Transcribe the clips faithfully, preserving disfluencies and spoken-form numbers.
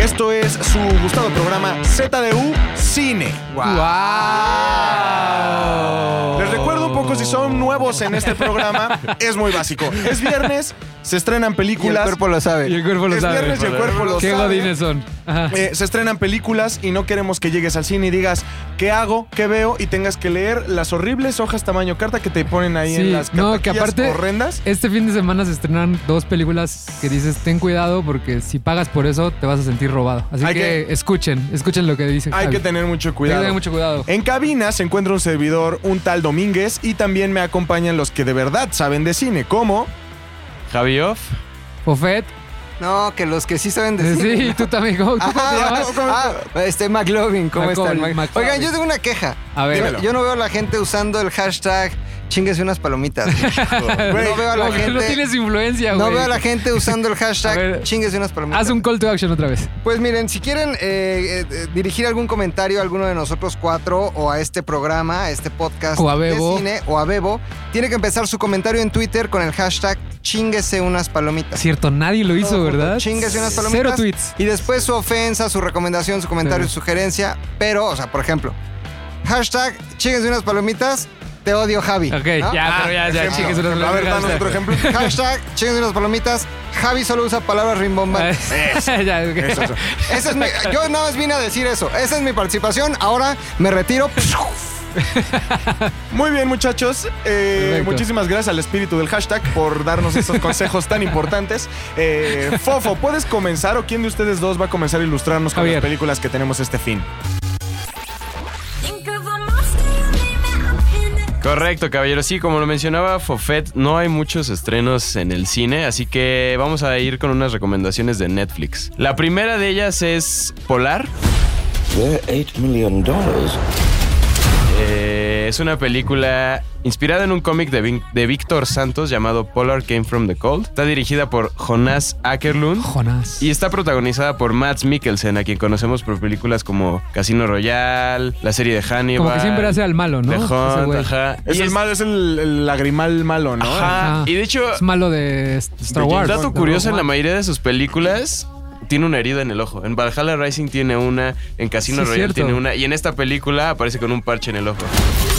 Esto es su gustado programa Z D U Cine. ¡Wow! wow. Les recuerdo un poco, si son nuevos en este programa, es muy básico. Es viernes, se estrenan películas. Y el cuerpo lo sabe. Y el cuerpo lo es sabe. Es viernes y el cuerpo lo Qué sabe. godines son. Eh, se estrenan películas y no queremos que llegues al cine y digas ¿qué hago? ¿Qué veo? Y tengas que leer las horribles hojas tamaño carta que te ponen ahí Sí, en las no, que cartaquillas aparte, horrendas. Este fin de semana se estrenan dos películas que dices, ten cuidado porque si pagas por eso te vas a sentir robado. Así Hay que, que- escuchen, escuchen lo que dicen. Hay que tener mucho Hay que cuidado. tener mucho cuidado. En cabina se encuentra un servidor, un tal Domínguez, y también me acompañan los que de verdad saben de cine, como... Javi Off. Fofet. No, que los que sí saben decir. Sí, tú también. ¿Cómo, cómo te Ah, llamas? ¿cómo- cómo- ah, este McLovin, ¿cómo McLovin, están? Mac- McLovin. Oigan, yo tengo una queja. A ver. Dímelo. Yo no veo a la gente usando el hashtag chinguese unas palomitas. Güey, no veo a la Como que gente. no tienes influencia, güey. No veo a la gente usando el A hashtag ver, chinguese unas palomitas. Haz un call to action otra vez. Pues miren, si quieren eh, eh, eh, dirigir algún comentario a alguno de nosotros cuatro o a este programa, a este podcast O a Bebo. de cine o a Bebo, tiene que empezar su comentario en Twitter con el hashtag chinguese unas palomitas. Cierto, nadie lo hizo, Todo junto. ¿verdad? Chinguese unas palomitas. Cero tweets. Y después su ofensa, su recomendación, su comentario, Sí. su sugerencia. Pero, o sea, por ejemplo, hashtag chinguese unas palomitas, te odio Javi. Ok, ¿no? ya, pero ya, ya, ejemplo. chicas. A ver, danos otro ejemplo. Hashtag chinguese unas palomitas, Javi solo usa palabras rimbombantes. ya, ok. Eso, eso. Esa es mi, yo nada más vine a decir eso. Esa es mi participación. Ahora me retiro. Muy bien, muchachos. Eh, Perfecto. muchísimas gracias al espíritu del hashtag por darnos estos consejos tan importantes. Eh, Fofo, ¿puedes comenzar o quién de ustedes dos va a comenzar a ilustrarnos con Javier. las películas que tenemos este fin? Correcto, caballero. Sí, como lo mencionaba Fofet, no hay muchos estrenos en el cine, así que vamos a ir con unas recomendaciones de Netflix. La primera de ellas es Polar. They're eight million dollars. Eh, es una película inspirada en un cómic de, Vin- de Víctor Santos llamado Polar Came from the Cold. Está dirigida por Jonas Åkerlund. Jonás. Y está protagonizada por Mads Mikkelsen, a quien conocemos por películas como Casino Royale, la serie de Hannibal. Como que siempre hace al malo, ¿no? The Ese Hunt, güey. ajá. Es Y el malo, es el, el lagrimal malo, ¿no? Ajá. Ajá. Y de hecho, Es malo de Star De Wars. dato De curioso, en Rogue la One. mayoría de sus películas tiene una herida en el ojo. En Valhalla Rising tiene una, en Casino Sí, Royale cierto. tiene una, y en esta película aparece con un parche en el ojo.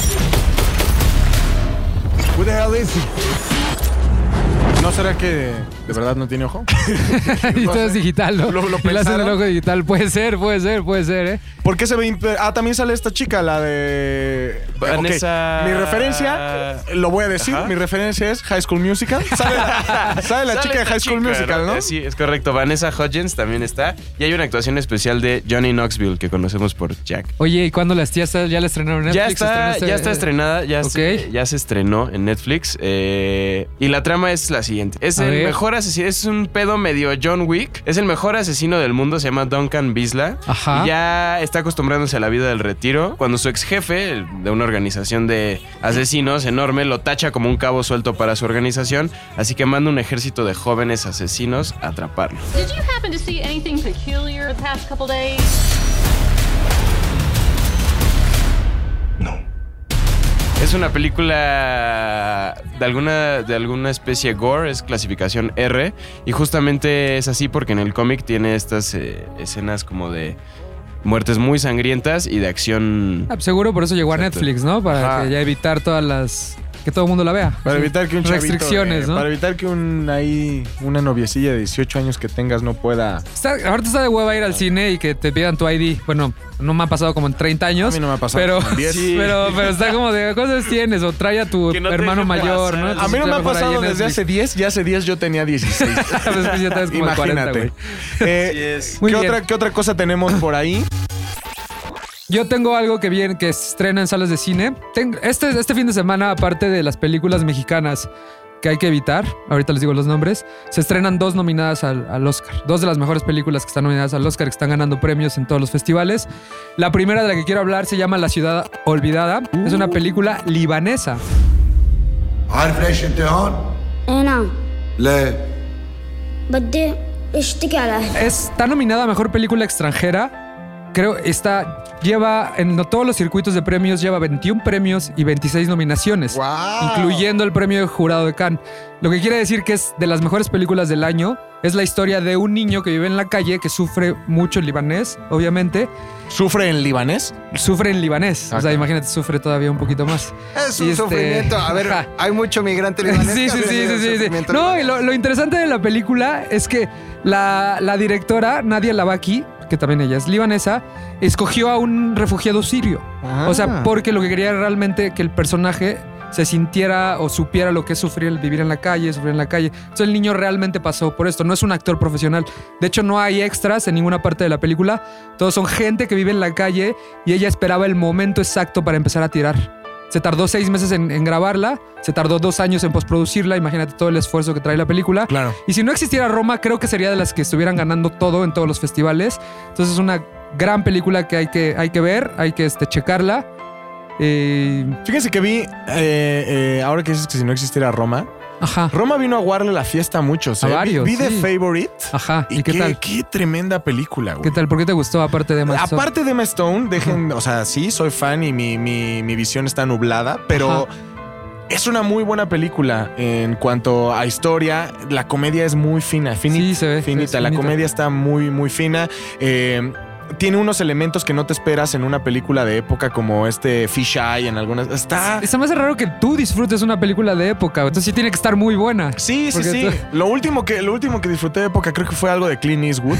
Who the hell is he? ¿No será que de verdad no tiene ojo? Y todo es digital, ¿no? Lo- lo Y le hacen el pensaron. ojo digital. Puede ser, puede ser, puede ser, ¿eh? ¿Por qué se ve imp- Ah, también sale esta chica, la de... Vanessa- Ok, mi referencia, lo voy a decir, Ajá. mi referencia es High School Musical. Sale la, sale la Sale chica de esta High School chica, Musical, ¿no? Eh, Sí, es correcto. Vanessa Hudgens también está. Y hay una actuación especial de Johnny Knoxville, que conocemos por Jack. Oye, ¿y cuándo las tías ya la estrenaron en Ya Netflix? está, ¿Estrenó ya este- está estrenada, ya, Ok. se, ya se estrenó en Netflix. eh, y la trama es la siguiente. Es A el ver. mejor asesino, es un pedo medio John Wick. Es el mejor asesino del mundo, se llama Duncan Bisla. Ajá. Y ya está acostumbrándose a la vida del retiro. Cuando su ex jefe el- de una organización de asesinos enorme lo tacha como un cabo suelto para su organización. Así que manda un ejército de jóvenes asesinos a atraparlo. Did you happen to see anything peculiar the past couple days? Es una película de alguna, de alguna especie gore, es clasificación R. Y justamente es así porque en el cómic tiene estas eh, escenas como de muertes muy sangrientas y de acción. Ah, pues seguro por eso llegó a Exacto. Netflix, ¿no? Para Ajá. que ya evitar todas las... Que todo el mundo la vea. Para Sí. evitar que un chavito, Restricciones, eh, ¿no? Para evitar que un ahí una noviecilla de dieciocho años que tengas no pueda... Está, ahorita está de hueva ir al cine y que te pidan tu I D. Bueno, no me ha pasado como en treinta años. A mí no me ha pasado Pero, como en diez. Sí. pero, pero está como de ¿cuántos tienes? O trae a tu Que no te hermano deje mayor, pasar. ¿no? A mí no me ha Mejor ahí pasado en desde Netflix. hace diez, ya hace diez yo tenía dieciséis. Pues es que ya estás como de cuarenta, Imagínate. güey. Eh, es. Muy ¿qué, bien. otra, ¿Qué otra cosa tenemos por ahí? Yo tengo algo que viene, que se estrena en salas de cine. Ten- este, este fin de semana, aparte de las películas mexicanas que hay que evitar, ahorita les digo los nombres, se estrenan dos nominadas al, al Oscar. Dos de las mejores películas que están nominadas al Oscar, que están ganando premios en todos los festivales. La primera de la que quiero hablar se llama La Ciudad Olvidada. Es una película libanesa. عارف ليش انت هون؟ اي نعم ليه؟ بدي اشتكي على اهلي. Está nominada a Mejor Película Extranjera creo, está, lleva en todos los circuitos de premios, lleva veintiún premios y veintiséis nominaciones, ¡Wow! incluyendo el premio de jurado de Cannes. Lo que quiere decir que es de las mejores películas del año. Es la historia de un niño que vive en la calle, que sufre mucho en libanés, obviamente. ¿Sufre en libanés? Sufre en libanés. O sea, imagínate, sufre todavía un poquito más. Es un Y este- sufrimiento. A ver, Ajá. hay mucho migrante libanés. Sí, que sí, hace sí, sí, sí, sí. sufrimiento No, libanés. y lo, lo interesante de la película es que la, la directora, Nadia Labaki, que también ella es libanesa, escogió a un refugiado sirio. Ah. O sea, porque lo que quería era realmente que el personaje se sintiera o supiera lo que es sufrir el vivir en la calle, sufrir en la calle. Entonces el niño realmente pasó por esto. No es un actor profesional. De hecho, no hay extras en ninguna parte de la película. Todos son gente que vive en la calle y ella esperaba el momento exacto para empezar a tirar. Se tardó seis meses en, en grabarla, se tardó dos años en postproducirla. Imagínate todo el esfuerzo que trae la película. Claro. Y si no existiera Roma, creo que sería de las que estuvieran ganando todo en todos los festivales. Entonces es una gran película que hay que, hay que ver, hay que este, checarla. Eh, Fíjense que vi, eh, eh, ahora que dices que si no existiera Roma, ajá, Roma vino a guardarle la fiesta a muchos. A ¿eh? Vi- varios, Vi, The sí. Favorite. ajá. ¿Y, Y, qué qué, tal? qué tremenda película, güey. ¿Qué tal? ¿Por qué te gustó aparte de Emma Stone? Aparte de Emma Stone, dejen, o sea, sí, soy fan y mi, mi, mi visión está nublada, pero Ajá. es una muy buena película en cuanto a historia. La comedia es muy fina, finita. Sí, se ve, finita. es La finita. comedia está muy, muy fina. Eh, tiene unos elementos que no te esperas en una película de época como este Fish Eye en algunas. Está. Está más raro que tú disfrutes una película de época. Entonces sí tiene que estar muy buena. Sí, sí, Porque sí. tú- Lo último que, lo último que disfruté de época creo que fue algo de Clint Eastwood.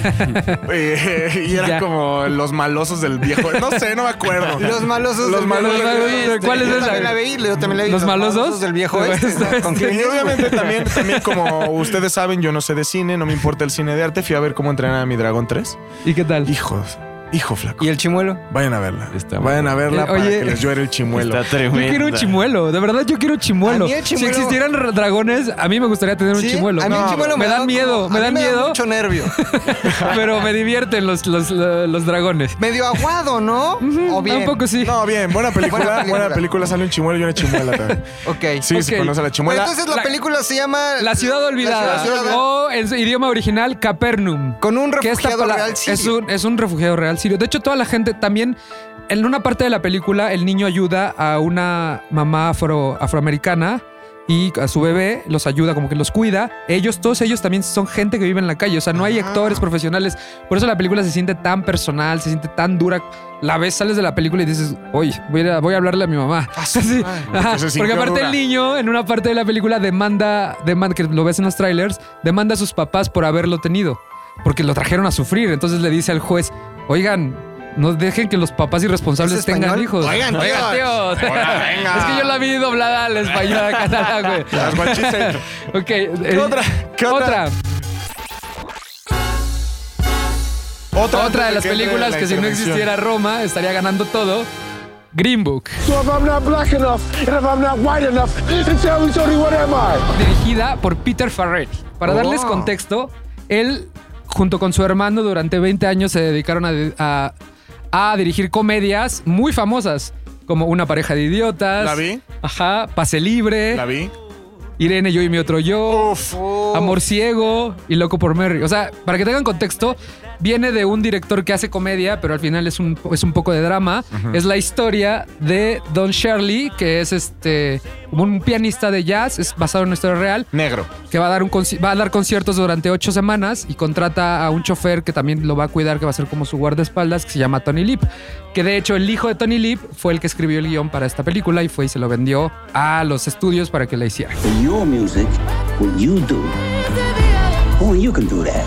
Eh, y era Ya. como los malosos del viejo. No sé, no me acuerdo. Los malosos Los del malosos viejo del- oeste. ¿cuál es Yo esa? también la vi, yo también la vi. ¿Los malosos? del viejo Del oeste. oeste. ¿no? Con Y Clint Eastwood. obviamente también, también como ustedes saben, yo no sé de cine, no me importa el cine de arte. Fui a ver cómo entrenar a mi dragón tres. ¿Y qué tal? Hijos, hijo flaco. ¿Y el chimuelo? Vayan a verla. Está Vayan a verla Eh, para oye. que les llore el chimuelo. Está tremendo. Yo quiero un chimuelo, de verdad yo quiero un chimuelo. A mí el chimuelo- Si existieran r- dragones, a mí me gustaría tener un Sí, chimuelo. a mí el No, chimuelo me da dan miedo, como- me a mí dan me da miedo, mucho nervio. pero me divierten los, los, los dragones. Medio aguado, ¿no? O bien. Un poco sí. No, bien, buena película. Buena buena película. película. Sale un chimuelo y una chimuela también. Ok. Sí, Ok. se conoce a la Pero chimuela. entonces la, La- película se llama... La ciudad olvidada. La ciudad olvidada. O en su idioma original, Capernaum. Con un Que esta refugiado pala- real sirio. Es un, es un refugiado real sirio. De hecho, toda la gente también. En una parte de la película, el niño ayuda a una mamá afro, afroamericana y a su bebé los ayuda, como que los cuida. Ellos, todos ellos también son gente que vive en la calle. O sea, no hay Ah. actores profesionales. Por eso la película se siente tan personal, se siente tan dura. La ves, sales de la película y dices, oye, voy a, voy a hablarle a mi mamá. Sí, ajá. Porque se sintió Porque aparte dura. el niño, en una parte de la película, demanda, demanda, que lo ves en los trailers, demanda a sus papás por haberlo tenido. Porque lo trajeron a sufrir. Entonces le dice al juez, oigan, no dejen que los papás irresponsables ¿Es tengan español? hijos. Oigan, tíos. tíos. Hola, venga. Es que yo la vi doblada al español a catalán, güey. Las guachices. Ok. ¿Qué otra? ¿Qué otra? Otra. Otra, Otra de antes las que entre películas la que si no intervención. existiera Roma estaría ganando todo. Green Book. So if I'm not black enough, and if I'm not white enough, then tell me, Tony, what am I? Dirigida por Peter Farrelly. Para Oh. darles contexto, él, junto con su hermano, durante veinte años se dedicaron a, a, a dirigir comedias muy famosas, como Una pareja de idiotas. ¿La vi? Ajá, Pase Libre. ¿La vi? Irene, yo y mi otro yo. Uf. Amor Ciego y Loco por Mary. O sea, para que tengan contexto, viene de un director que hace comedia, pero al final es un, es un poco de drama. Es la historia de Don Shirley, que es este como un pianista de jazz, es basado en una historia real, Negro. que va a dar un conci- va a dar conciertos durante ocho semanas y contrata a un chofer que también lo va a cuidar, que va a ser como su guardaespaldas, que se llama Tony Lip. Que de hecho el hijo de Tony Lip fue el que escribió el guión para esta película y fue y se lo vendió a los estudios para que la hicieran. Your music, what you do. Only you can do that.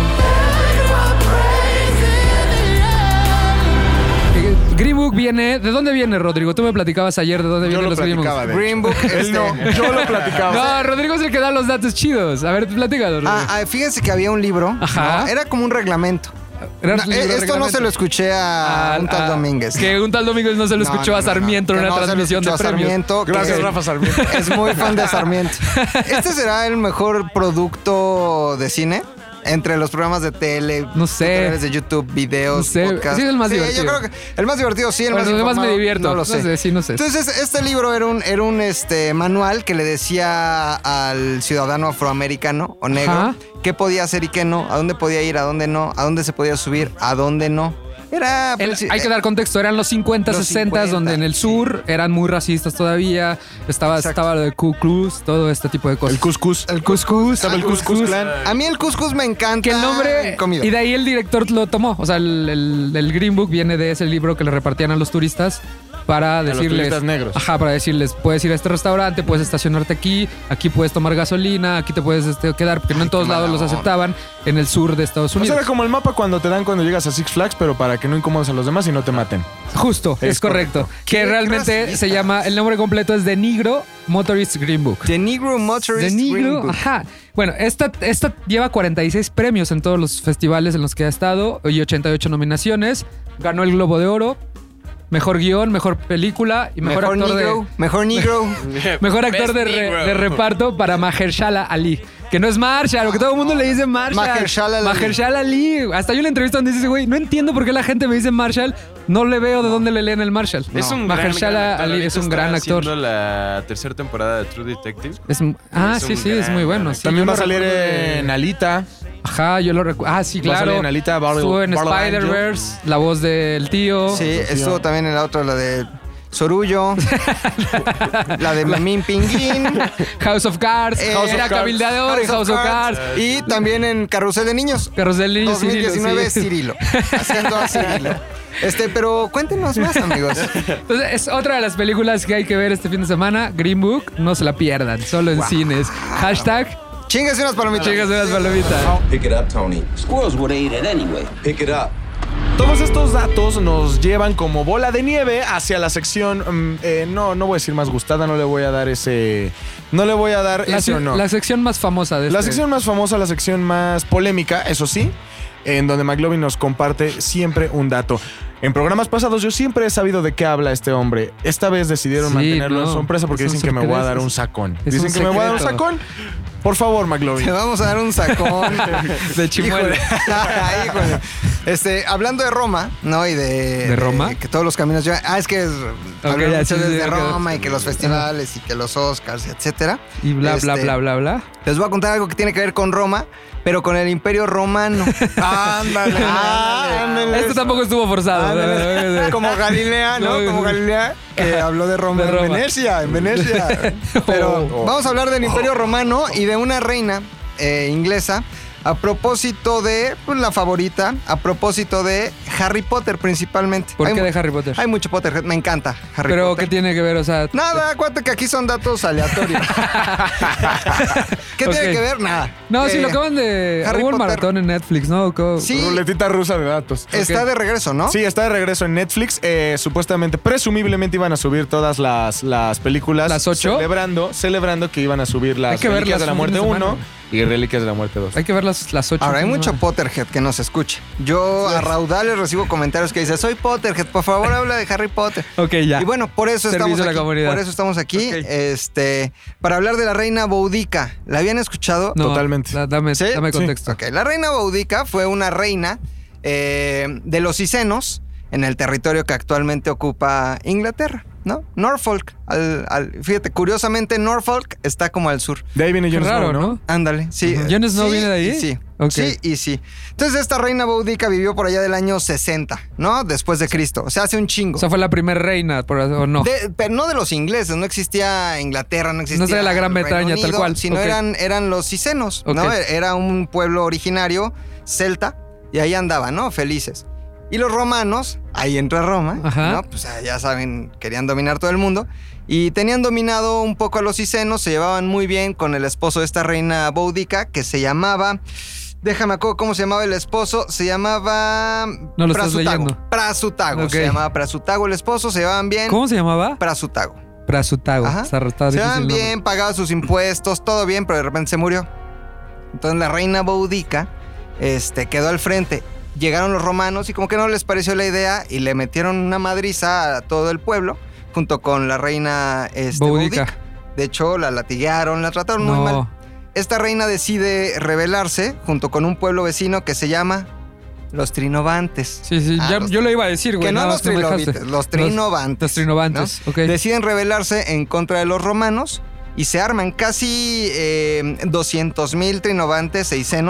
Eh, Green Book viene... ¿De dónde viene, Rodrigo? Tú me platicabas ayer de dónde Yo vienen lo los Green platicaba, Books. de Green hecho. Book, Él este- no, yo lo platicaba. No, Rodrigo es el que da los datos chidos. A ver, platícalo, Rodrigo. Ah, ah, fíjense que había un libro. Ajá. ¿no? Era como un reglamento. Era No, un eh, libro de esto no reglamento. se lo escuché a, A- un tal a- Domínguez. Que un tal Domínguez no se lo No, escuchó no, a no, no. Sarmiento Que en una no se lo transmisión de escuchó a premios. Sarmiento, que Gracias, Rafa Sarmiento. Es muy fan de Sarmiento. Este será el mejor producto de cine. Entre los programas de tele, No sé. tutoriales de YouTube, videos, No sé. podcasts. Sí, es el más Yo divertido. creo que el más divertido, sí, el Bueno, más los demás me informado, divierto. No lo No sé. sé, sí, no sé. Entonces, este libro era un, era un este, manual que le decía al ciudadano afroamericano o negro Ajá. qué podía hacer y qué no, a dónde podía ir, a dónde no, a dónde se podía subir, a dónde no. Era... El- pues, hay que dar contexto, eran los cincuenta, Los sesenta, donde en el sur eran muy racistas todavía. Estaba, Exacto. estaba lo de Ku Klux, todo este tipo de cosas. El couscous. El couscous. Estaba el Ah, couscous clan. A mí el couscous me encanta. Que el nombre. en comida. Y de ahí el director lo tomó. O sea, el, el- el Green Book viene de ese libro que le repartían a los turistas para los decirles. turistas negros. Ajá, para decirles: puedes ir a este restaurante, puedes estacionarte aquí, aquí puedes tomar gasolina, aquí te puedes este, quedar, porque no en todos lados los aceptaban en el sur de Estados O sea, Unidos. era como el mapa cuando te dan cuando llegas a Six Flags, pero para que no incomodes a los demás y no te maten. Justo, es, Es correcto. Que Qué realmente racista. se llama, el nombre completo es The Negro Motorist Green Book. The Negro Motorist The Green Negro, Book. ajá. Bueno, esta, esta lleva cuarenta y seis premios en todos los festivales en los que ha estado y ochenta y ocho nominaciones. Ganó el Globo de Oro, mejor guión, mejor película y mejor, Mejor actor negro. de Mejor negro. mejor actor Best de, re- Negro. de reparto para Mahershala Ali. Que no es Marshall, porque todo el mundo le dice Marshall. Mahershala Ali. Mahershala Ali. Hasta yo le entrevisto donde dice, güey, no entiendo por qué la gente me dice Marshall. No le veo de dónde le leen el Marshall. Es un gran, Mahershala gran actor. Ali Ahorita es un está gran actor. haciendo la tercera temporada de True Detective. Es, ah, Es sí, un sí, es gran, muy bueno. gran sí, También yo va a lo salir recuerdo de- en Alita. Ajá, yo lo recuerdo. Ah, sí, Va a salir claro. en Alita, Battle- Estuvo en Battle Spider-Verse, la voz del tío. Sí, estuvo también en la otra, la de Sorullo. La de Memín Pinguín. House of Cards. Eh, House House Era of Cards. cabildeador en House of Cards. Y también en Carrusel de Niños. Carrusel de Niños, dos mil diecinueve, Cirilo, sí. Cirilo. Haciendo a Cirilo. Este, pero cuéntenos más, amigos. Entonces, es otra de las películas que hay que ver este fin de semana. Green Book, no se la pierdan. Solo en cines. Hashtag, Chíngase unas palomitas. chicas de las palomitas. Pick it up, Tony. Squirrels would have ate it anyway. Pick it up. Todos estos datos nos llevan como bola de nieve hacia la sección. mm, eh, no, no voy a decir más gustada, no le voy a dar ese. No le voy a dar La, ese se- honor. la sección más famosa de La este. sección más famosa, la sección más polémica, eso sí, en donde McLovin nos comparte siempre un dato. En programas pasados yo siempre he sabido de qué habla este hombre. Esta vez decidieron Sí, mantenerlo no, en sorpresa porque es un dicen que me voy a dar secreto. un sacón. Es Dicen un que me voy a dar un secreto. sacón. Por favor, McLovin. Te vamos a dar un sacón. De chimuelo. Híjole. Ay, híjole. Este, hablando de Roma, ¿no? Y de. ¿De Roma? que todos los caminos llevan. Ah, es que es. hablan ya, mucho sí, sí, de ok. Roma y que los festivales y que los Oscars, etcétera. Y bla, bla, Este, bla, bla, bla. Les voy a contar algo que tiene que ver con Roma, pero con el Imperio Romano. Ándale. Ah, ándale. Esto tampoco estuvo forzado. Ándale. Como Galilea, ¿no? Como Galilea, que habló de Roma, De Roma. en Venecia, en Venecia. Pero Oh. vamos a hablar del Imperio Romano y de una reina eh, inglesa a propósito de pues, la favorita, a propósito de Harry Potter principalmente. ¿Por Hay qué mu- de Harry Potter? Hay mucho Potterhead, me encanta Harry Pero, Potter. ¿qué tiene que ver? O sea, Nada, acuérdate que aquí son datos aleatorios. ¿Qué Ok. tiene que ver? Nada. no, sí, Eh, lo acaban de. Harry Hubo un Potter. maratón en Netflix, ¿no? Co- Sí. Ruletita rusa de datos. Está Ok. de regreso, ¿no? Sí, está de regreso en Netflix. Eh, supuestamente, presumiblemente iban a subir todas las, las películas. ¿Las ocho? Celebrando, celebrando que iban a subir las Hay que Reliquias verlas de la un Muerte fin de semana. uno y Reliquias de la Muerte dos. Hay que ver las, las ocho. Ahora, hay ¿no? mucho Potterhead que nos escucha. Yo a raudales recibo comentarios que dicen, soy Potterhead, por favor habla de Harry Potter. Ok, ya. Y bueno, por eso Servicio estamos a la aquí. comunidad. Por eso estamos aquí, Ok. este, para hablar de la reina Boudica. ¿La habían escuchado? No, Totalmente. da- dame, ¿Sí? dame Sí. contexto. Ok, la reina Boudica fue una reina eh, de los Icenos en el territorio que actualmente ocupa Inglaterra, ¿no? Norfolk. Al, al- fíjate, curiosamente Norfolk está como al sur. De ahí viene Qué Jon Snow, raro, ¿no? ¿no? Ándale, sí. Ujú. ¿Jon Snow Sí viene de ahí? y sí. Ok. Sí y sí. Entonces esta reina Boudica vivió por allá del año sesenta, ¿no? Después de Cristo. O sea, hace un chingo. O sea, fue la primera reina, por, ¿o no? De- pero no de los ingleses, no existía Inglaterra, no existía. No sería la Gran el Reino Bretaña, tal Unido, cual. Sino Ok. eran, eran los cicenos, ¿no? Ok. Era un pueblo originario celta y ahí andaban, ¿no? Felices. Y los romanos, ahí entra Roma, Ajá. ¿no? Pues ya saben, querían dominar todo el mundo. Y tenían dominado un poco a los cicenos, se llevaban muy bien con el esposo de esta reina Boudica, que se llamaba. Déjame acuerdo cómo se llamaba el esposo. Se llamaba. No lo estás Prasutago. leyendo. Prasutago. Ok. Se llamaba Prasutago el esposo, se llevaban bien. ¿Cómo se llamaba? Prasutago. Prasutago. Ajá. Está, está Se difícil llevaban el nombre. bien, pagaba sus impuestos, todo bien, pero de repente se murió. Entonces la reina Boudica este, quedó al frente. Llegaron los romanos y como que no les pareció la idea y le metieron una madriza a todo el pueblo junto con la reina este, Boudica. Boudica. De hecho, la latiguearon, la trataron muy No. mal. Esta reina decide rebelarse junto con un pueblo vecino que se llama los Trinovantes. Sí, sí, Ah, ya- los- yo lo iba a decir, güey. Que no nada los más me dejaste. trilobite, los trinovantes. Los trinovantes, ¿no? ok. Deciden rebelarse en contra de los romanos y se arman casi eh, doscientos mil trinovantes seicenos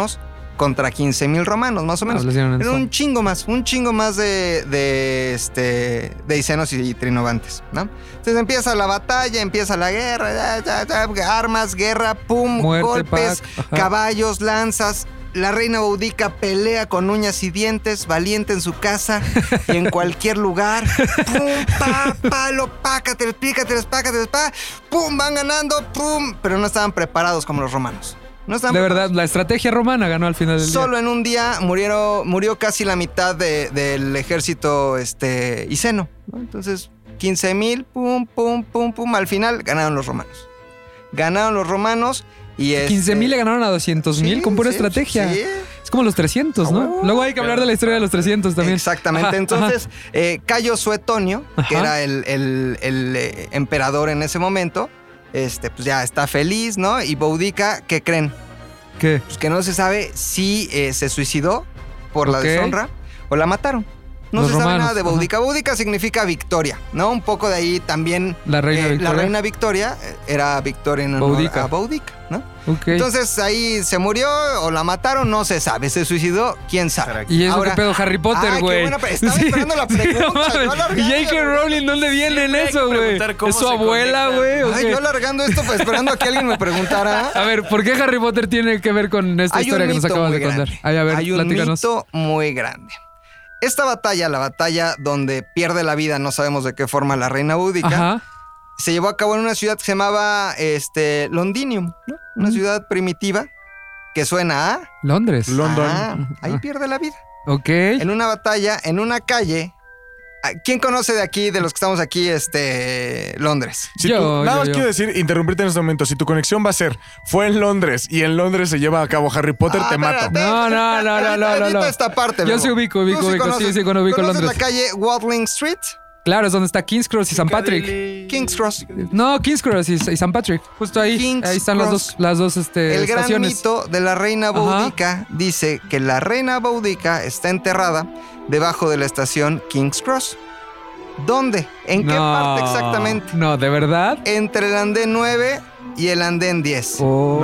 contra quince mil romanos, más o menos. Ah, Era un chingo más, un chingo más de, de, este, de icenos y trinovantes, ¿no? Entonces empieza la batalla, empieza la guerra, ya, ya, ya, armas, guerra, pum, Muerte, golpes, pack, caballos, lanzas. La reina Boudica pelea con uñas y dientes, valiente en su casa y en cualquier lugar. Pum, pa, palo, pácateles, pícateles, pácateles, pa. Pum, van ganando, pum. Pero no estaban preparados como los romanos. No estaban De verdad, la estrategia romana ganó al final del día. Solo en un día murieron, murió casi la mitad de, del ejército este, iseno, ¿no? Entonces, quince mil, pum, pum, pum, pum. Al final ganaron los romanos. Ganaron los romanos. Y quince mil este, le ganaron a doscientos mil sí, con pura sí, estrategia. sí. Es como los trescientos, ¿no? Oh, Luego hay que hablar de la historia de los trescientos también. Exactamente. Ajá, Entonces, ajá. Eh, Cayo Suetonio, que Ajá. era el, el- el, eh, emperador en ese momento, este, pues ya está feliz, ¿no? Y Boudica, ¿qué creen? ¿Qué? Pues que no se sabe si eh, se suicidó por la Ok. deshonra o la mataron. No Los se sabe romanos, nada de ajá. Boudica. Boudica significa victoria, ¿no? Un poco de ahí también. La reina eh, Victoria. La reina Victoria eh, era Victoria en honor Boudica. a Boudica, ¿no? Ok. Entonces ahí se murió o la mataron, no se sabe. Se suicidó, quién sabe. ¿Y eso Ahora- qué pedo? Harry Potter, Ay, qué güey. buena pre- estaba esperando la pregunta, no mames. yo alargando, ¿Y J K. güey. Rowling dónde viene en Siempre hay eso, que güey? preguntar cómo ¿Es su se abuela, conectan. güey? ¿o Ay, qué? yo alargando esto, pues esperando a que alguien me preguntara. A ver, ¿por qué Harry Potter tiene que ver con esta Hay un historia que nos mito acabas muy de contar? grande. Ay, a ver, Hay un platícanos. mito muy grande. Esta batalla, la batalla donde pierde la vida, no sabemos de qué forma, la reina Boudica, Ajá. se llevó a cabo en una ciudad que se llamaba este, Londinium, ¿no? Una Mm. ciudad primitiva que suena a... Londres. London. Ah, ahí Ah. pierde la vida. Ok. En una batalla, en una calle. ¿Quién conoce de aquí, de los que estamos aquí, este, Londres? Si Yo, tú- yo, nada más yo. quiero decir, interrumpirte en este momento. Si tu conexión va a ser, fue en Londres y en Londres se lleva a cabo Harry Potter, Ah, te mato. espérate. No, no, no, no, no, no, Edita no. esta parte, Yo Memo. sí ubico, ¿Tú ubico, ubico, conoces- sí, sí, con- ubico ¿conoces Londres. la calle Watling Street? Claro, es donde está King's Cross y San Patrick. King's Cross. No, King's Cross y, y San Patrick. Justo ahí. King's ahí están las Cross. dos, las dos este, El gran estaciones. mito de la reina Ajá. Boudica dice que la reina Boudica está enterrada debajo de la estación King's Cross. ¿Dónde? ¿En qué No, parte exactamente? No, ¿de verdad? Entre el andén nueve y el andén diez.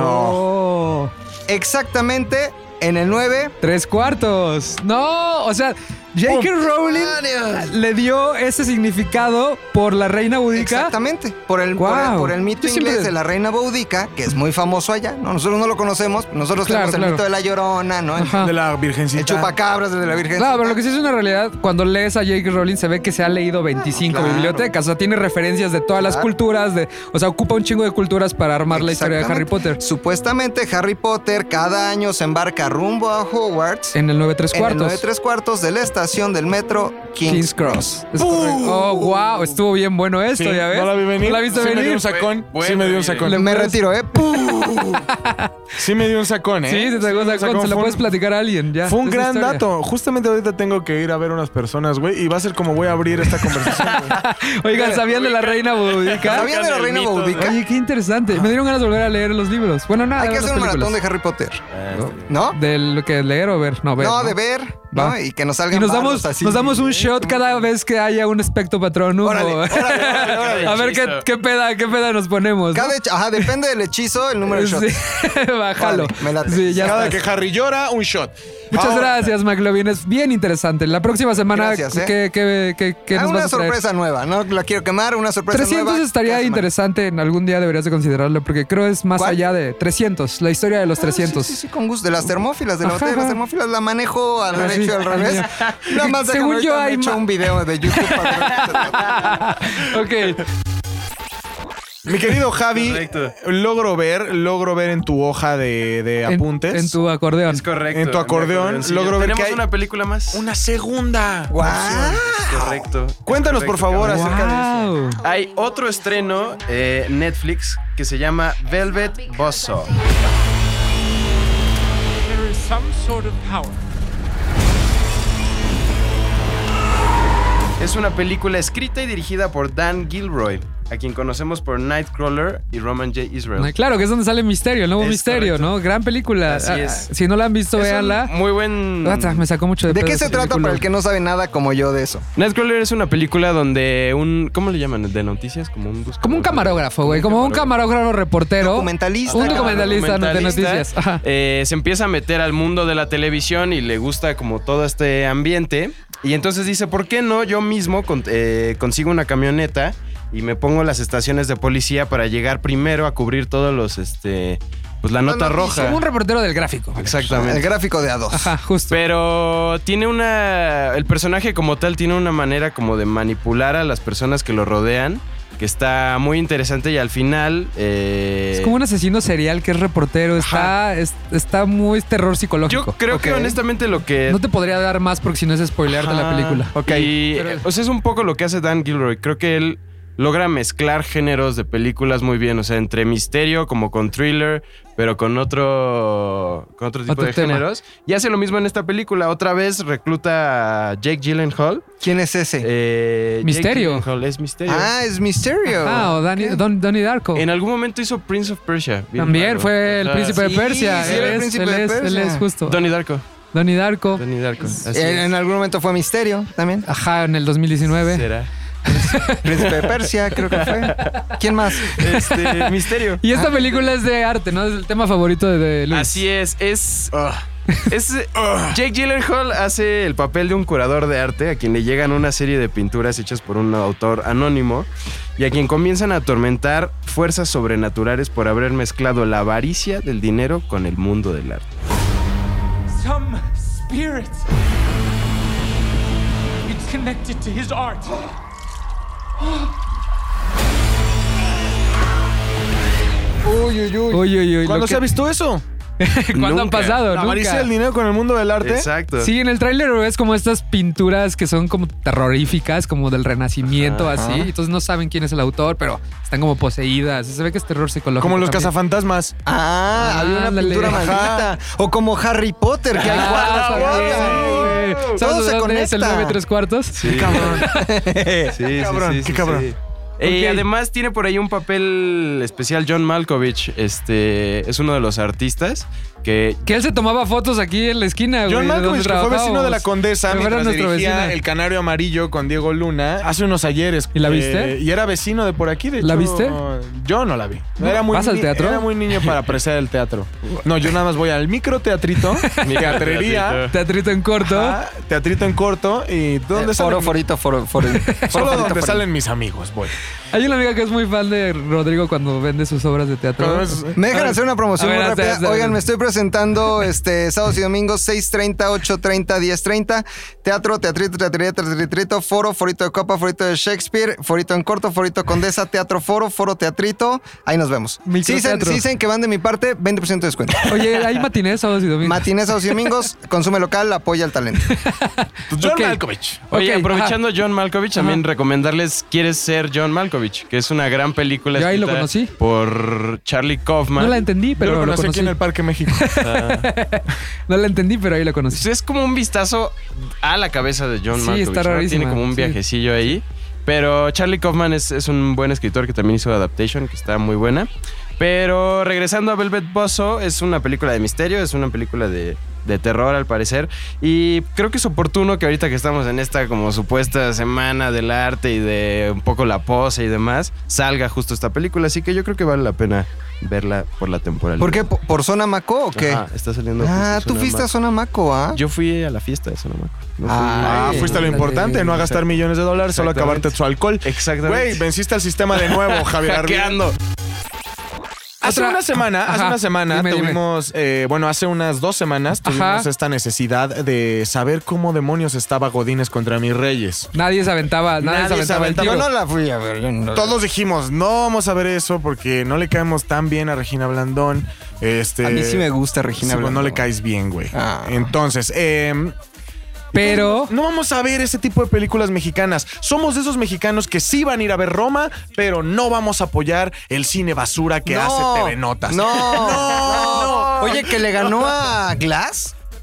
Oh. Exactamente en el nueve. Tres cuartos. No, o sea, J K. Rowling le dio ese significado por la reina Boudica. Exactamente. Por el, por el, Wow. por el mito Yo siempre- inglés de la reina Boudica, que es muy famoso allá. ¿no? Nosotros no lo conocemos. Nosotros Claro, tenemos el claro. mito de la Llorona, ¿no? El, Ajá. De la virgencita. el chupacabras de la Virgen. Claro, pero lo que sí es una realidad, cuando lees a J K. Rowling se ve que se ha leído veinticinco Claro. bibliotecas, o sea, tiene referencias de todas las Claro. culturas, de, o sea, ocupa un chingo de culturas para armar la historia de Harry Exactamente. Potter. Supuestamente Harry Potter cada año se embarca rumbo a Hogwarts En el nueve tres en el cuartos. nueve tres cuartos de la estación del metro King's, King's Cross. Es correcto. Oh, wow, estuvo bien bueno esto, Sí, ¿ya ves? no la vi venir. ¿No la viste sí me dio venir? un sacón. Fue sí me dio un bueno, sacón. Le Me puedes- retiro, ¿eh? Sí me dio un sacón, ¿eh? Sí, se te un sacó, sacón. se la Fue puedes un- platicar a alguien, ya. Fue un esa gran historia. dato. Justamente ahorita tengo que ir a ver unas personas, güey, y va a ser como voy a abrir esta conversación, güey. Oigan, ¿sabían de la reina Boudica? ¿Sabían de la el reina mito, Boudica? Oye, qué interesante. Me dieron ganas de volver a leer los libros. Bueno, nada, Hay de que ver hacer un las maratón de películas. Harry Potter. Ah, está bien. ¿No? De lo que leer o ver. No, ver. No, ¿no? de ver, ¿no? Va. Y que nos salgan Y nos varos damos, así. nos damos un shot cada vez que haya un espectro patronum. Órale, o- órale, órale, órale. A ver qué, Hechizo. qué peda, qué peda nos ponemos. ¿no? Cada hecho- ajá, depende del hechizo, el número de shots. Sí. Bájalo. Órale, me late. Sí, ya Cada estás. que Harry llora, un shot. Muchas Ahora, gracias, McLovin. Es bien interesante. La próxima semana, Gracias, ¿eh? ¿qué, qué, qué, qué Ah, nos una vas a traer? sorpresa nueva, no la quiero quemar, una sorpresa trescientos nueva. estaría cada semana. interesante. En algún día deberías de considerarlo porque creo es más ¿Cuál? allá de trescientos. La historia de los Ah, trescientos. Sí, sí, sí, con gusto. De las termófilas, de la Ajá, batalla de las ajá. termófilas, la manejo al Ah, derecho sí. y al revés. Nada más déjame, Según ahorita yo me hay echo ma- un video de YouTube para Ok. Mi querido Javi, Correcto. logro ver, logro ver en tu hoja de, de En- apuntes. En, tu acordeón. Es correcto. En tu acordeón, acordeoncillo. logro ver Tenemos que hay- una película más. Una segunda. ¡Guau! Es correcto. Cuéntanos, por favor, Correcto, acerca de eso. Wow. Hay otro estreno eh, Netflix que se llama Velvet Buzzsaw. There is some sort of power. Es una película escrita y dirigida por Dan Gilroy. a quien conocemos por Nightcrawler y Roman J. Israel. Claro, que es donde sale Misterio, el nuevo Es Misterio, correcto. ¿no? Gran película. Así Ah, es. Si no la han visto, Es véanla. un muy buen... Ah, me sacó mucho de ¿De pedo qué esa se trata película. para el que no sabe nada como yo de eso? Nightcrawler es una película donde un... ¿Cómo le llaman? ¿De noticias? Como un buscador. Como un camarógrafo, güey. Como un camarógrafo reportero. Documentalista. Un documentalista, de documentalista, noticias. Ajá. eh, se empieza a meter al mundo de la televisión y le gusta como todo este ambiente. Y entonces dice, ¿por qué no yo mismo con- eh, consigo una camioneta y me pongo las estaciones de policía para llegar primero a cubrir todos los, este, pues la nota roja? Como un reportero del gráfico. Exactamente. El gráfico de A dos. Ajá, justo. Pero tiene una... El personaje como tal tiene una manera como de manipular a las personas que lo rodean, que está muy interesante y al final... eh, Es como un asesino serial que es reportero. Está, es- está muy terror psicológico. Yo creo que Ok. honestamente lo que... No te podría dar más porque si no es spoilearte la Ajá. película. Ok. Y, Pero- o sea, es un poco lo que hace Dan Gilroy. Creo que él logra mezclar géneros de películas muy bien. O sea, entre misterio, como con thriller, pero con otro, con otro tipo Otro de tema. géneros. Y hace lo mismo en esta película. Otra vez recluta a Jake Gyllenhaal. ¿Quién es ese? Eh, Misterio. Jake Gyllenhaal es Misterio. Ah, es Misterio. Ah, o Danny, Don, Donnie Darko. En algún momento hizo Prince of Persia. Bien También raro. fue el Ajá. príncipe de sí, Persia. sí, él, era el es, príncipe él, de es, él Persia. es justo. Donnie Darko. Donnie Darko. Donnie Darko. Así En, es. en algún momento fue Misterio también. Ajá, en el dos mil diecinueve. ¿Será? Príncipe de Persia, creo que fue. ¿Quién más? Este, Misterio. Y esta película es de arte, ¿no? Es el tema favorito de, de Luis. Así es, es... es Jake Gyllenhaal hace el papel de un curador de arte a quien le llegan una serie de pinturas hechas por un autor anónimo y a quien comienzan a atormentar fuerzas sobrenaturales por haber mezclado la avaricia del dinero con el mundo del arte. Some spirit. It's connected to his art. Uy, uy, uy. Uy, uy, uy. ¿Cuándo lo se ha que- visto eso? ¿Cuándo han Nunca. pasado? La avaricia Nunca. del dinero con el mundo del arte. Exacto. Sí, en el tráiler ves como estas pinturas que son como terroríficas, como del Renacimiento, Ajá. así. Entonces no saben quién es el autor, pero están como poseídas. Se ve que es terror psicológico. Como los también. cazafantasmas. Ah, Ah, había una ándale. pintura Ajá. maldita. O como Harry Potter, que hay Ah, guardas también, guardas. güey. Todo ¿Sabes de se dónde es el conecta. nueve tres cuartos? Sí. Cabrón. Sí, sí, cabrón, sí, qué sí, cabrón. sí. Y Ok. además tiene por ahí un papel especial John Malkovich. Este es uno de los artistas que Que él se tomaba fotos aquí en la esquina, güey. John de donde Malkovich, que fue vecino de la trabajábamos. Condesa Pero era mientras nuestro dirigía vecino. El Canario Amarillo con Diego Luna hace unos ayeres. ¿Y la viste? Eh, y era vecino de por aquí, de ¿La hecho. viste? Yo no la vi. Era muy ¿Vas al ni- teatro? Era muy niño para apreciar el teatro. No, yo nada más voy al microteatrito, teatrería, Teatrito en corto. ajá, teatrito en corto y ¿dónde Eh, salen? Foro, forito, foro, foro. Solo forito, donde forito. salen mis amigos, voy. Hay una amiga que es muy fan de Rodrigo cuando vende sus obras de teatro. Cuando es- Me dejan hacer una promoción A ver, muy hazte, rápida. hazte, Oigan, hazte. me estoy presentando este sábados y domingos seis treinta, ocho treinta, diez treinta. Teatro, teatrito, teatrería, teatrito, foro, forito de copa, forito de Shakespeare, forito en corto, forito Condesa, teatro foro, foro teatrito. Ahí nos vemos. Si dicen, Microteatro. si dicen que van de mi parte, veinte por ciento de descuento. Oye, hay matinés sábados y domingos. Matinés, sábados y domingos, consume local, apoya al talento. Pues John Ok. Malkovich. Oye, Ok, aprovechando John Malkovich, también Ajá. recomendarles ¿Quieres ser John Malkovich? Que es una gran película Yo ahí lo escrita conocí. por Charlie Kaufman. No la entendí, Yo pero lo lo conocí aquí conocí. en el Parque México. No la entendí, pero ahí la conocí. Pues es como un vistazo a la cabeza de John Sí, Malkovich. está ¿no? rarísima, Tiene como un sí. viajecillo ahí. Pero Charlie Kaufman es, es un buen escritor que también hizo Adaptation, que está muy buena. Pero regresando a Velvet Buzzsaw, es una película de misterio, es una película de, de terror al parecer. Y creo que es oportuno que ahorita que estamos en esta como supuesta semana del arte y de un poco la pose y demás, salga justo esta película. Así que yo creo que vale la pena verla por la temporalidad. ¿Por qué? ¿Por, por Zona Maco o qué? Ajá, está saliendo. Ah, justo tú Zona fuiste a Maco. Zona Maco, ¿ah? Yo fui a la fiesta de Zona Maco. No fui- Ah, Ay, fuiste a lo ándale. importante, no a gastar millones de dólares, solo a Exactamente. acabarte su alcohol. Exactamente. Güey, venciste al sistema de nuevo, Javier Ardila. Hackeando. Hace Otra- una semana, hace Ajá, una semana dime, dime. tuvimos, eh, bueno, hace unas dos semanas tuvimos Ajá. esta necesidad de saber cómo demonios estaba Godínez contra mis reyes. Nadie se aventaba, nadie, Nadie se se aventaba el aventaba. tiro. Yo no la fui a ver. yo no- Todos dijimos, no vamos a ver eso porque no le caemos tan bien a Regina Blandón. Este, A mí sí me gusta Regina sí, pues, no Blandón. le caes bien, güey. Ah. Entonces, eh, Pero no vamos a ver ese tipo de películas mexicanas. Somos de esos mexicanos que sí van a ir a ver Roma, pero no vamos a apoyar el cine basura que No, hace T V Notas. No, no. Oye, que le ganó a Glass.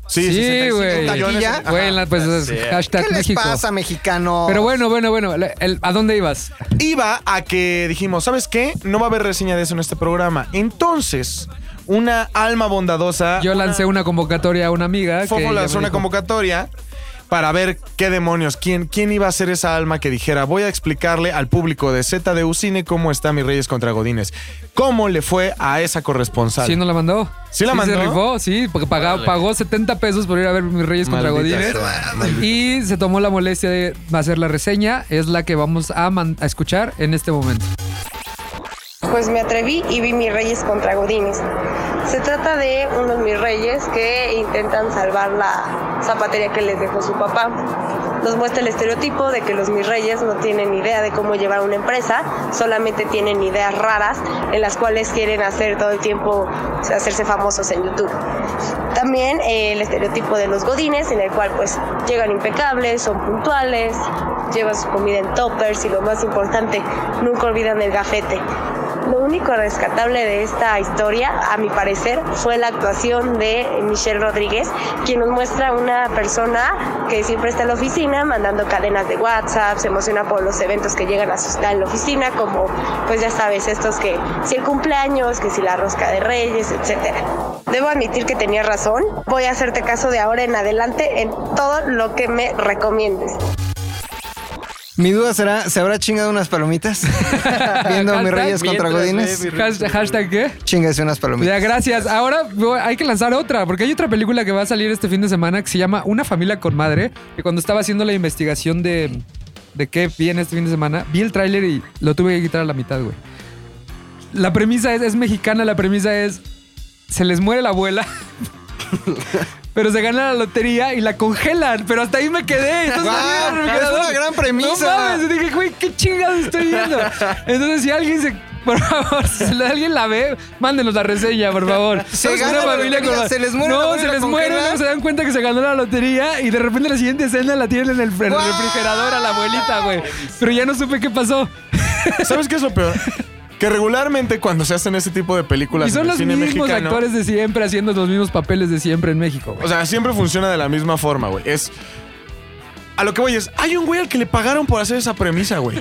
Sí, Sí, sesenta y cinco güey. millones. Ajá. Güey, la- pues es Sí. hashtag ¿Qué les México. pasa, mexicano? Pero bueno, bueno, bueno. el- el- ¿A dónde ibas? Iba a que dijimos, ¿sabes qué? No va a haber reseña de eso en este programa. Entonces, una alma bondadosa. Yo lancé una convocatoria a una amiga. que Fofo ella lanzó me una dijo, convocatoria para ver qué demonios, quién, quién iba a ser esa alma que dijera, voy a explicarle al público de Z D U Cine cómo está Mis Reyes contra Godines. ¿Cómo le fue a esa corresponsal? ¿Sí no la mandó? ¿Sí la mandó? se rifó, sí, porque pagó, Órale. pagó setenta pesos por ir a ver Mis Reyes contra Maldita Godines. sea, Y se tomó la molestia de hacer la reseña. Es la que vamos a, man- a escuchar en este momento. Pues me atreví y vi Mis Reyes contra Godines. Se trata de unos Mis Reyes que intentan salvar la zapatería que les dejó su papá. Nos muestra el estereotipo de que los Mis Reyes no tienen idea de cómo llevar una empresa, solamente tienen ideas raras en las cuales quieren hacer todo el tiempo, o sea, hacerse famosos en YouTube. También eh, el estereotipo de los Godines, en el cual pues llegan impecables, son puntuales, llevan su comida en toppers y lo más importante, nunca olvidan el gafete. Lo único rescatable de esta historia, a mi parecer, fue la actuación de Michelle Rodríguez, quien nos muestra una persona que siempre está en la oficina mandando cadenas de WhatsApp, se emociona por los eventos que llegan a su en la oficina, como, pues ya sabes, estos que si el cumpleaños, que si la rosca de Reyes, etcétera. Debo admitir que tenía razón. Voy a hacerte caso de ahora en adelante en todo lo que me recomiendes. Mi duda será, ¿se habrá chingado unas palomitas? Viendo Mis Hashtag Reyes contra Godines. Hashtag, hashtag ¿qué? Chíngase unas palomitas. Ya, gracias. Ahora voy- hay que lanzar otra, porque hay otra película que va a salir este fin de semana que se llama Una familia con madre, que cuando estaba haciendo la investigación de, de qué viene este fin de semana, vi el tráiler y lo tuve que quitar a la mitad, güey. La premisa es, es mexicana, la premisa es, se les muere la abuela, pero se gana la lotería y la congelan, pero hasta ahí me quedé. Entonces, ¡Guau! me Es quedé, una gran premisa. No mames, y dije, güey, qué chingados estoy viendo. Entonces, si alguien se... Por favor, si alguien la ve, mándenos la reseña, por favor. Se Somos gana una la familia lotería, con- se les muere la No, abuela, se la les muere, congelan. luego se dan cuenta que se ganó la lotería y de repente la siguiente escena la tienen en el, en el ¡Guau! refrigerador a la abuelita, güey. Pero ya no supe qué pasó. ¿Sabes qué es lo peor? Que regularmente cuando se hacen este tipo de películas Y son en el los cine mismos mexicano, actores de siempre haciendo los mismos papeles de siempre en México, güey. o sea, siempre funciona de la misma forma, güey. Es... A lo que voy es, hay un güey al que le pagaron por hacer esa premisa, güey.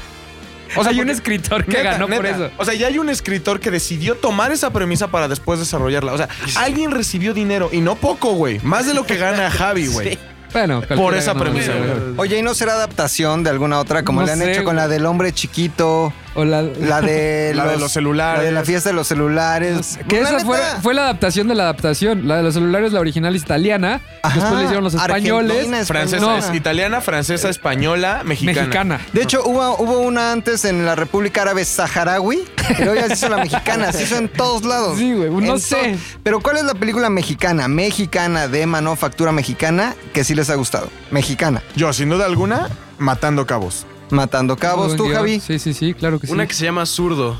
O sea, hay un porque- escritor que Neta, ganó por neta. eso. O sea, ya hay un escritor que decidió tomar esa premisa para después desarrollarla. O sea, alguien recibió dinero y no poco, güey. Más de lo que gana Javi, güey. Bueno, Por cualquiera esa ganó, premisa, güey. güey. Oye, ¿y no será adaptación de alguna otra como No le han sé, hecho con güey. la del hombre chiquito? O la... La de, La de los celulares. La de la fiesta de los celulares. Que La esa fue, neta, fue la adaptación de la adaptación. La de los celulares, la original es italiana. Ajá, Después le hicieron los españoles. Argentina, Francesa, española. es italiana, francesa, española, mexicana. Mexicana. De hecho, hubo, hubo una antes en la República Árabe Saharaui, pero ya se hizo la mexicana, se hizo en todos lados. Sí, güey, no En sé. to- Pero ¿cuál es la película mexicana, mexicana, de manufactura mexicana, que sí les ha gustado? Mexicana. Yo, sin duda alguna, Matando Cabos. Matando cabos, Buen tú, guión. Javi. Sí, sí, sí, claro que sí. Una que se llama Zurdo.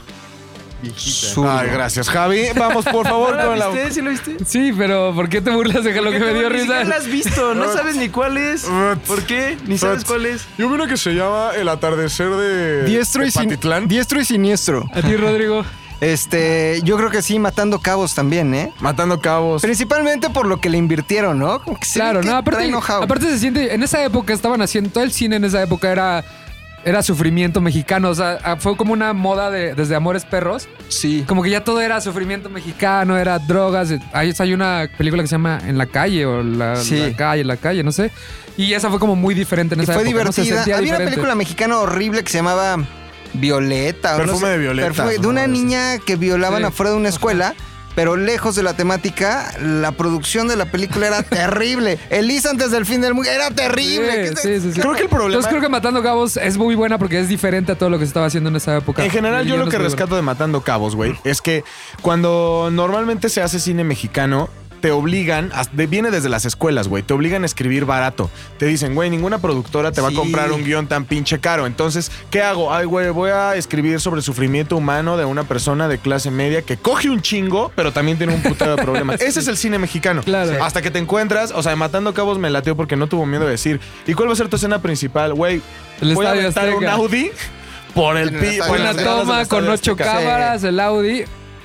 Zurdo. Ay, gracias, Javi. Vamos, por favor, con la... ¿Viste? ¿Sí lo viste? Sí, pero ¿por qué te burlas de lo que me dio Ni siquiera risa? la has visto, no sabes ni cuál es. ¿Por qué? Ni sabes cuál es. Yo vi una que se llama El atardecer de, Diestro de y, sin- Patitlán. diestro y siniestro. A ti, Rodrigo. Este, yo creo que sí, matando cabos también, ¿eh? Matando Cabos. Principalmente por lo que le invirtieron, ¿no? Como que se Claro, ve que no, aparte, trae know-how. aparte se siente, en esa época estaban haciendo, todo el cine en esa época era, era sufrimiento mexicano, o sea, a- fue como una moda de, desde Amores Perros, Sí. como que ya todo era sufrimiento mexicano, era drogas, eh, hay, hay una película que se llama En la calle o La, Sí. la calle, La calle, no sé, y esa fue como muy diferente en Y esa fue época, ¿no? Se divertida. sentía Había una diferente. película mexicana horrible que se llamaba Violeta. o no Perfume sé, de violeta. perfume- de una niña que violaban Sí. afuera de una escuela. Pero lejos de la temática, la producción de la película era terrible. Elisa antes del fin del mundo era terrible. Sí, sí, sí, sí. Creo que el problema... Entonces creo que Matando Cabos es muy buena porque es diferente a todo lo que se estaba haciendo en esa época. En general, El yo guión lo es que muy rescato de Matando Cabos, güey, es que cuando normalmente se hace cine mexicano, te obligan, a- de- viene desde las escuelas, güey, te obligan a escribir barato. Te dicen, güey, ninguna productora te va Sí. a comprar un guión tan pinche caro. Entonces, ¿qué hago? Ay, güey, voy a escribir sobre el sufrimiento humano de una persona de clase media que coge un chingo, pero también tiene un putero de problemas. Ese es el cine mexicano. Claro. Sí. Hasta que te encuentras, o sea, Matando Cabos me lateó porque no tuvo miedo de decir, ¿y cuál va a ser tu escena principal? Güey, El voy a Estadio aventar un Azteca. Audi por el En el pi... Estadio por Una las Azteca. gradas del toma Estadio con ocho Azteca. cámaras, el Audi.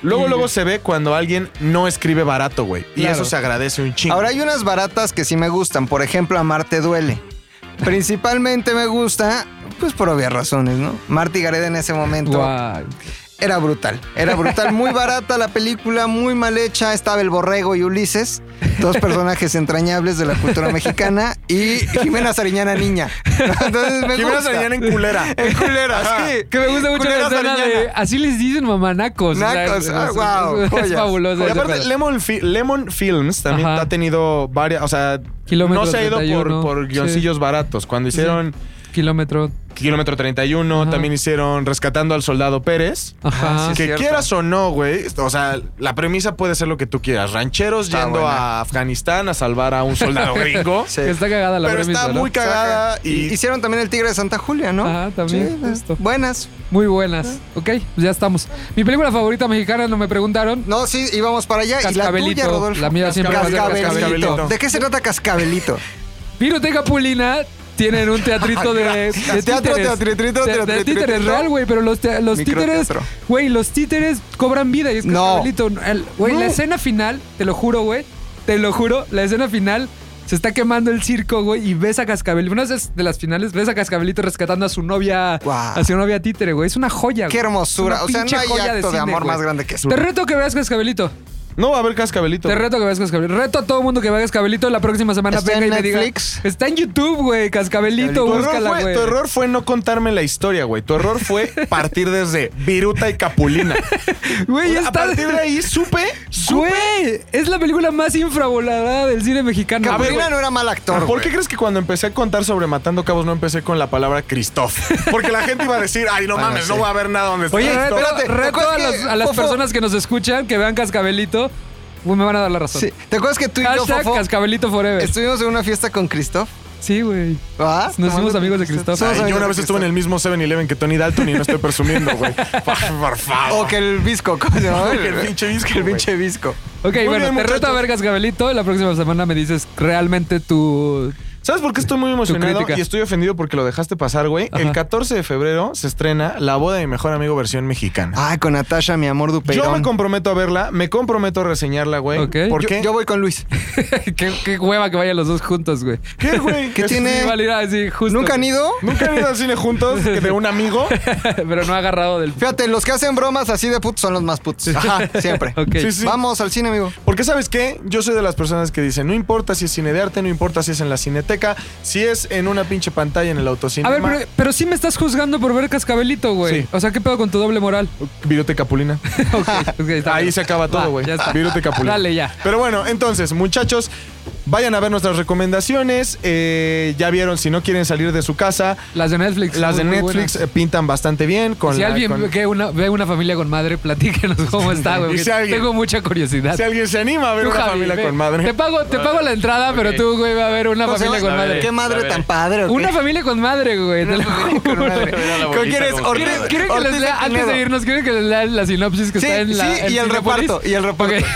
Luego, Y- luego se ve cuando alguien no escribe barato, güey. Y Claro. eso se agradece un chingo. Ahora hay unas baratas que sí me gustan. Por ejemplo, Amarte duele. Principalmente me gusta, pues por obvias razones, ¿no? Marty Gareda en ese momento Guau. era brutal. Era brutal. Muy barata la película, muy mal hecha. Estaba el Borrego y Ulises, dos personajes entrañables de la cultura mexicana. Y Jimena Sariñana niña. Entonces me Jimena gusta. Sariñana en culera. En culera, sí. Que me gusta mucho la Culera escena de... Sariñana. Así les dicen mamanacos. Nacos, ah, guau, Es joyas. fabuloso. Y ese aparte, pedo. Lemon, Fi- Lemon Films también Ajá. ha tenido varias, o sea, Kilómetro no se ha ido treinta y uno, por, por guioncillos sí. baratos. Cuando hicieron Kilómetro. Kilómetro treinta y uno, Ajá. también hicieron Rescatando al Soldado Pérez. Ajá. Ah, sí. Que cierto. quieras o no, güey, o sea, la premisa puede ser lo que tú quieras. Rancheros Está yendo buena. a Afganistán a salvar a un soldado gringo. Sí. Que está cagada la Pero premisa, está ¿no? muy cagada Y y... hicieron también El Tigre de Santa Julia, ¿no? Ajá, también, Sí, justo. buenas. Muy buenas. Ok, pues ya estamos. Mi película favorita mexicana, no me preguntaron. No, sí, íbamos para allá. Y la Cascabelito. tuya, Rodolfo. La mía siempre va a ser Cascabelito. Cascabelito. ¿De qué se trata Cascabelito? Piroteca Pulina tienen un teatrito de, de Gracias. Teatro, títeres. teatritrito, De- de teatritrito. títeres real, güey, pero los, te- los títeres, Microteatro. güey, los títeres cobran vida y es No. Cascabelito. El- Güey, No. la escena final, te lo juro, güey, te lo juro, la escena final se está quemando el circo, güey, y ves a Cascabelito. Una vez de las finales, ves a Cascabelito rescatando a su novia, Guau. a su novia títere, güey. Es una joya, Qué güey. hermosura. Es una O sea, pinche no hay joya acto de, cine, amor güey. más grande que eso. Te reto que veas Cascabelito. No va a haber Cascabelito. Te reto que veas Cascabelito. Reto a todo el mundo que vea Cascabelito la próxima semana. ¿Está venga en y me diga. Netflix? Está en YouTube, güey. Cascabelito, Tu error, búscala, fue, güey. tu error fue no contarme la historia, güey. Tu error fue partir desde Viruta y Capulina. Güey, O sea, a está... partir de ahí supe, supe. Güey, es la película más infravalorada del cine mexicano. A ver, Capulina güey. no era mal actor. ¿Por güey. qué crees que cuando empecé a contar sobre Matando Cabos no empecé con la palabra Christoph? Porque la gente iba a decir, ay, no Bueno, mames, sí. no voy a ver nada donde está Oye, Christoph. reto, espérate, ¿te reto a, acuerdas los- que a las Fofo- personas que nos escuchan que vean Cascabelito. Uy, me van a dar la razón. Sí. ¿Te acuerdas que tú y yo, Hashtag Fofo, Cascabelito Forever. estuvimos en una fiesta con Christoph? Sí, güey. ¿Ah? Nos hicimos amigos de Christoph. Somos Ay, yo amigos una de vez estuve en el mismo seven eleven que Tony Dalton y no estoy presumiendo, güey. Por, por favor. O que el Visco, ¿cómo se llama? Que el pinche Visco, Que el güey. pinche Visco. Ok, Muy bueno, bien, te reto a muchachos. ver Cascabelito. La próxima semana me dices realmente tu... ¿Sabes por qué estoy muy emocionado crítica. y estoy ofendido porque lo dejaste pasar, güey? Ajá. El catorce de febrero se estrena La boda de mi mejor amigo versión mexicana. Ay, con Natasha, mi amor Dupeirón. Yo me comprometo a verla, me comprometo a reseñarla, güey. Ok. ¿Por Yo- qué? Yo voy con Luis. qué, qué hueva que vayan los dos juntos, güey. ¿Qué, güey? ¿Qué Es- tiene? Sí, vale, ah, sí, justo. ¿Nunca han ido? ¿Nunca han ido al cine juntos que de un amigo? Pero no ha agarrado del... Fíjate, los que hacen bromas así de putos son los más putos. Ajá, siempre. Ok. Sí, sí. Vamos al cine, amigo. Porque ¿sabes qué? Yo soy de las personas que dicen, no importa si es cine de arte, no importa si es en la cineteca, si es en una pinche pantalla en el autocinema. A ver, pero, pero sí me estás juzgando por ver Cascabelito, güey. Sí. O sea, ¿qué pedo con tu doble moral? Viruta y Capulina. Ok, ok, está Ahí bien. se acaba Va, todo, güey. ya está. Viruta y Capulina. Dale, ya. Pero bueno, entonces, muchachos, vayan a ver nuestras recomendaciones. Eh, ya vieron, si no quieren salir de su casa, Las de Netflix. las de muy Netflix buenas. eh, pintan bastante bien. Con Si la- alguien con- que una, ve una familia con madre, platíquenos cómo está, güey. Y porque si alguien- Tengo mucha curiosidad. Si alguien se anima a ver Tú, una Javi, familia ve. con madre. Te pago, te pago la entrada, pero Ok. tú, güey, va a ver una ¿Cómo se familia llama? con A ver, madre. ¿Qué madre A ver. tan padre? ¿o qué? Una familia con madre, güey. te lo juro. Con madre. Mira la ¿Con bolita quién es? como Ortiz. quiera. ¿Quieren que les Ortiz lea, de antes de Pinedo. irnos, quieren que les lea la sinopsis que Sí, está en la. sí, en y el Cinépolis? reparto, y el reparto. Ok.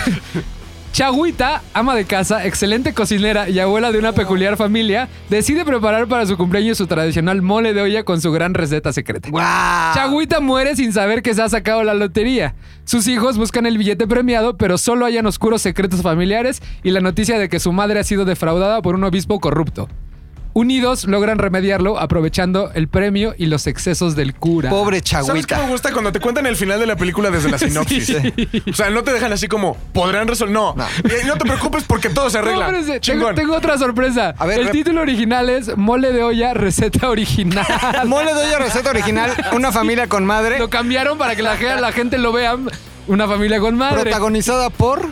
Chagüita, ama de casa, excelente cocinera y abuela de una peculiar familia, decide preparar para su cumpleaños su tradicional mole de olla con su gran receta secreta. ¡Guau! Chagüita muere sin saber que se ha sacado la lotería. Sus hijos buscan el billete premiado, pero solo hallan oscuros secretos familiares y la noticia de que su madre ha sido defraudada por un obispo corrupto. Unidos logran remediarlo aprovechando el premio y los excesos del cura. Pobre ¿Sabes qué Chagüita. me gusta? Cuando te cuentan el final de la película desde la sinopsis. O sea, no te dejan así como, podrán resolver. No. No. Y no te preocupes porque todo se No, arregla. espérense, tengo, Chingón. tengo otra sorpresa. A ver, el rep- título original es Mole de olla, receta original. Mole de olla, receta original. Una familia con madre. Lo cambiaron para que la, ge- la gente lo vea. Una familia con madre. Protagonizada por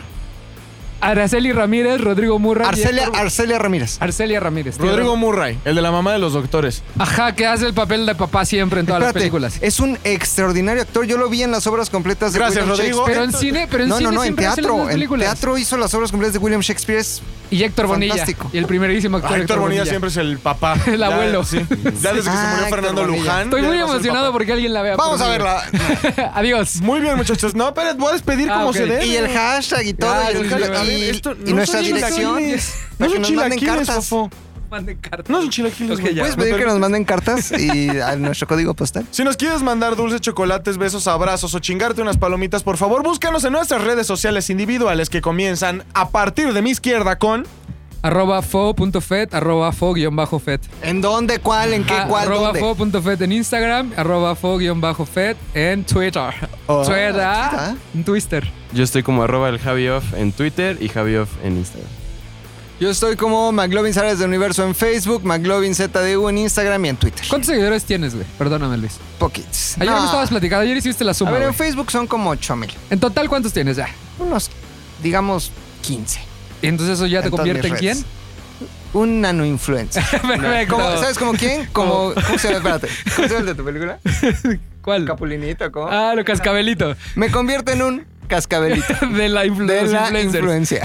Araceli Ramírez, Rodrigo Murray. y Arcelia, Héctor- Arcelia Ramírez. Arcelia Ramírez. Rodrigo Murray, el de la mamá de los doctores. Ajá, que hace el papel de papá siempre en todas Espérate, las películas. es un extraordinario actor. Yo lo vi en las obras completas de Gracias, William Rodrigo. Pero en Shakespeare. cine, pero en no, cine no, no, en siempre hace las teatro. mismas En películas. teatro hizo las obras completas de William Shakespeare. Es Y Héctor Bonilla. Fantástico. Y el primerísimo actor Ah, Héctor Bonilla siempre es el papá. El Ya, abuelo. sí. Ya desde que se Ah, murió Héctor Fernando Bonilla. Luján. Estoy ya muy va a ser el emocionado papá. porque alguien la vea. Vamos por a favor. verla. Adiós. Muy bien, muchachos. No, pero voy a despedir Ah, como ok. se debe. Y el hashtag y todo. Ah, y el sí, hashtag- sí, y, a ver, esto y no nuestra son dirección. chilaquiles. Para No que son nos manden chilaquiles, cartas. Fofo. Manden cartas. No son chilaquiles, Ok, güey. ya. Puedes pedir que nos manden cartas y a nuestro código postal. Si nos quieres mandar dulces, chocolates, besos, abrazos o chingarte unas palomitas, por favor, búscanos en nuestras redes sociales individuales que comienzan a partir de mi izquierda con... Arroba fo.fet, arroba fo-fet. ¿En dónde? ¿Cuál? ¿En qué? Ah, ¿Cuál? arroba ¿Dónde? fo.fet en Instagram, arroba fo-fet en Twitter. Oh, Twitter. aquí está. En Twister. Yo estoy como arroba el Javioff en Twitter y Javioff en Instagram. Yo estoy como McLovin Sales del Universo en Facebook, McLovin Z D U en Instagram y en Twitter. ¿Cuántos seguidores tienes, güey? Perdóname, Luis. Pockets. Ayer No. me estabas platicando, ayer hiciste la A suma, ver, en güey. Facebook son como ocho mil. En total, ¿cuántos tienes ya? Unos, digamos, quince. Y entonces eso ya te En todas convierte en mis quién? redes. Un nano-influencer. Perfecto. ¿Cómo- ¿Sabes como quién? Como, ¿cómo se llama? Espérate. ¿Cómo se llama el de tu película? ¿Cuál? Capulinito, ¿cómo? Ah, lo cascabelito. Me convierte en un cascabelito. De la, influ De los la influencers. influencia.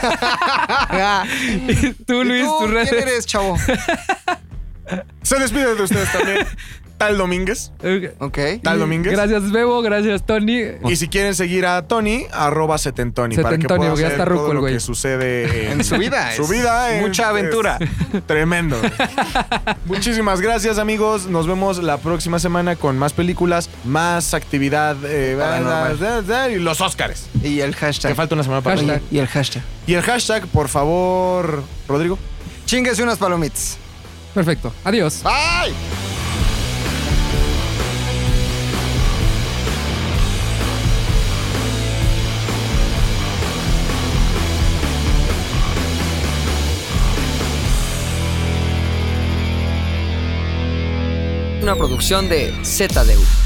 Y tú, ¿Y Luis, tú tus redes. quién eres, chavo? Se despide de ustedes también. Tal Domínguez. Ok. Tal Domínguez. Gracias, Bebo. Gracias, Tony. Y si quieren seguir a Tony, arroba Setentoni. Para que Setentoni, pueda porque ya hacer está ruco todo el lo güey. que sucede en, En su vida. Su es vida es- mucha aventura. es tremendo. Muchísimas gracias, amigos. Nos vemos la próxima semana con más películas, más actividad eh, Paranormal. y los Óscares. Y el hashtag. Que falta una semana para Hashtag. Y el hashtag. Y el hashtag, por favor, Rodrigo. Chinguese unas palomitas. Perfecto. Adiós. Bye. Una producción de Z D U.